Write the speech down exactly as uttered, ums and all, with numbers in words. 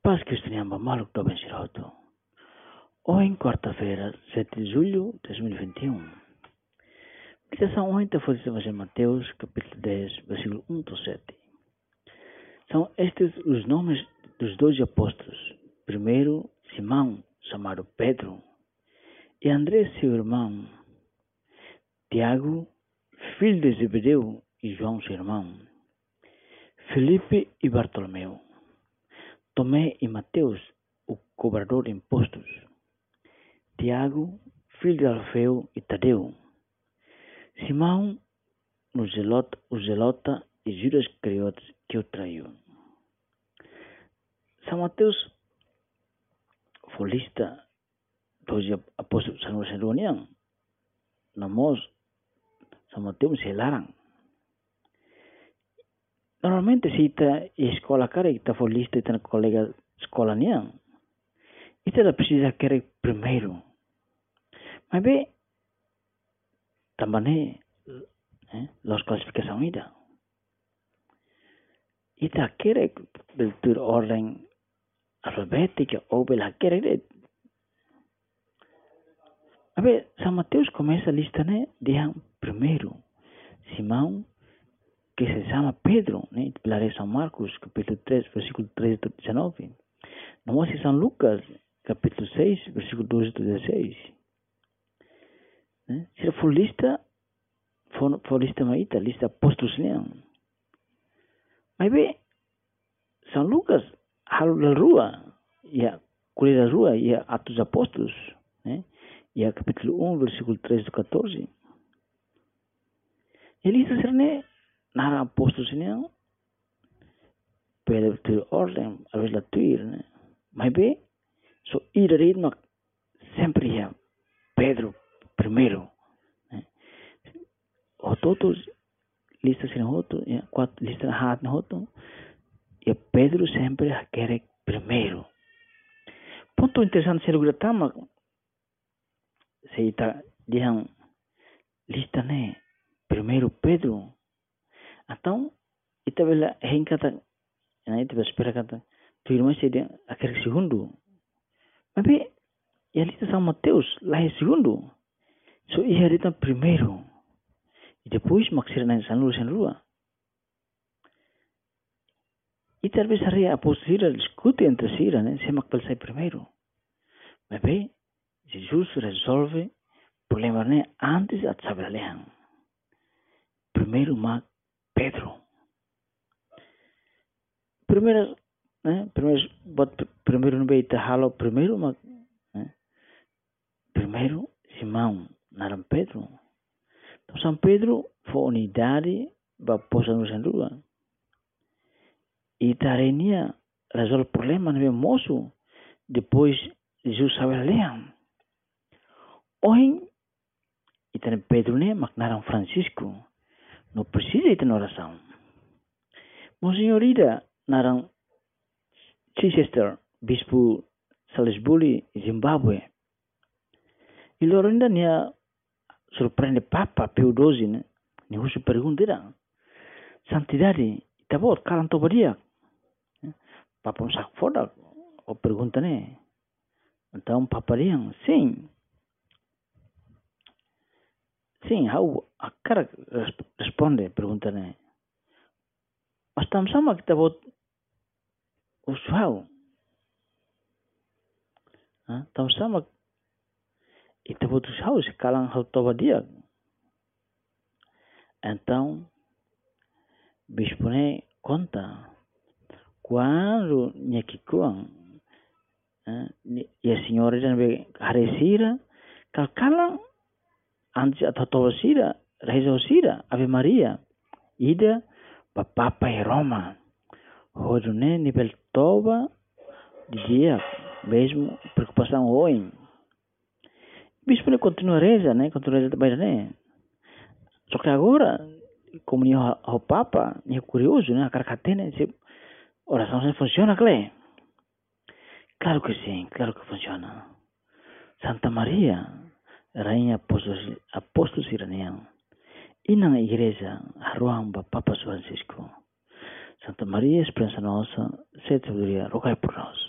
Paz Cristiana Maluco do Benchiroto. Hoje, quarta-feira, sete de julho de dois mil e vinte e um. Meditação hoje está foi de Mateus, capítulo dez, versículo um a sete. São estes os nomes dos dois apóstolos. Primeiro, Simão, chamado Pedro, e André, seu irmão. Tiago, filho de Zebedeu, e João, seu irmão. Felipe e Bartolomeu. Tomé e Mateus, o cobrador de impostos. Tiago, filho de Alfeu e Tadeu. Simão, o zelota, o zelota e Judas Iscariotes, que o traiu. São Mateus foi lista dos apóstolos São Reunião. Nós, São Mateus, se larang. Normalmente, se está em escola, cara, está foi lista, está na colega escola, não. Isso ela precisa querer primeiro. Mas bem, também é, as classificações ainda. E está querer por ordem alfabética ou pela querer. Mas bem, São Mateus começa a lista, né? Diz primeiro Simão, que se chama Pedro, né? Pela São Marcos, capítulo três, versículo três a dezenove. Não é São Lucas, capítulo seis, versículo doze a dezesseis. Né? Se for lista, for, for lista maíta, lista apóstolos, não. Mas bem, São Lucas, Halo da Rua, e a Colher da Rua, e a Atos Apóstolos, né? E a capítulo um, versículo três a catorze. E lista ser, né? Nara apóstolos, não. Pela tua ordem, a vez da tua, né? Mas bem, so ir a ritmo sempre é Pedro primeiro, né? O todos lista sem outro, quatro lista hat no outro, e Pedro sempre quer primeiro. Ponto interessante se o gratama se está dizendo lista, né? Primeiro Pedro. Então, ita bela hengkata, né? Ita bela espera kata, tu irmã se dia akhir segundo. Mas bem, e a lista São Mateus lá é segundo. So, ia rita primeiro. E depois, maksir na São Lucas Rua. E talvez a rea apostila discute entre si, né? Se makbal sai primeiro. Mas bem, Jesus resolve o problema, né? Antes de saber ler. Primeiro, mas Pedro. Primeiro, né? Primeiro, primeiro não veio halo primeiro, mas né? Primeiro, Simão, não Pedro. Então, São Pedro foi unidade para posar-nos em rua. E tarenia resolve o problema, não é moço. Depois, Jesus sabe ler. Hoje, e tem Pedro, né? Mas não Francisco. Não precisa ir na oração. Monsenhorita, não Chichester, bispo Salisbury, Zimbabwe. E Lorinda nia surpreende Papa Pio doze, né? Nia usu pergunta, santidade, tá bom, calam to badia. Papa um saco foda, ou pergunta, né? Então, Papa diang, sim. Sim, how a cara responde, pergunta, né? Mas tam sama kita bot usual. Ah, tam sama kita bot usual se kalang hal to badia. Então, bispo ne conta quando nyakikuang eh, e a senhora já ve haresira kalkalang antes atau tawasira rezosira Ave Maria ida Papa e Roma hodune nível toba de dia mesmo preocupação hoje bispo ne continua reza, né? Continua reza também, né? Só que agora como o Papa é curioso, né? A carcatena se oração não funciona, claro. Claro que sim, claro que funciona. Santa Maria, Rainha Apóstolos, Apóstolos Iraniana, e na igreja, a Ruamba, Papa Francisco. Santa Maria, esperança nossa, sede sabedoria, rogai por nós.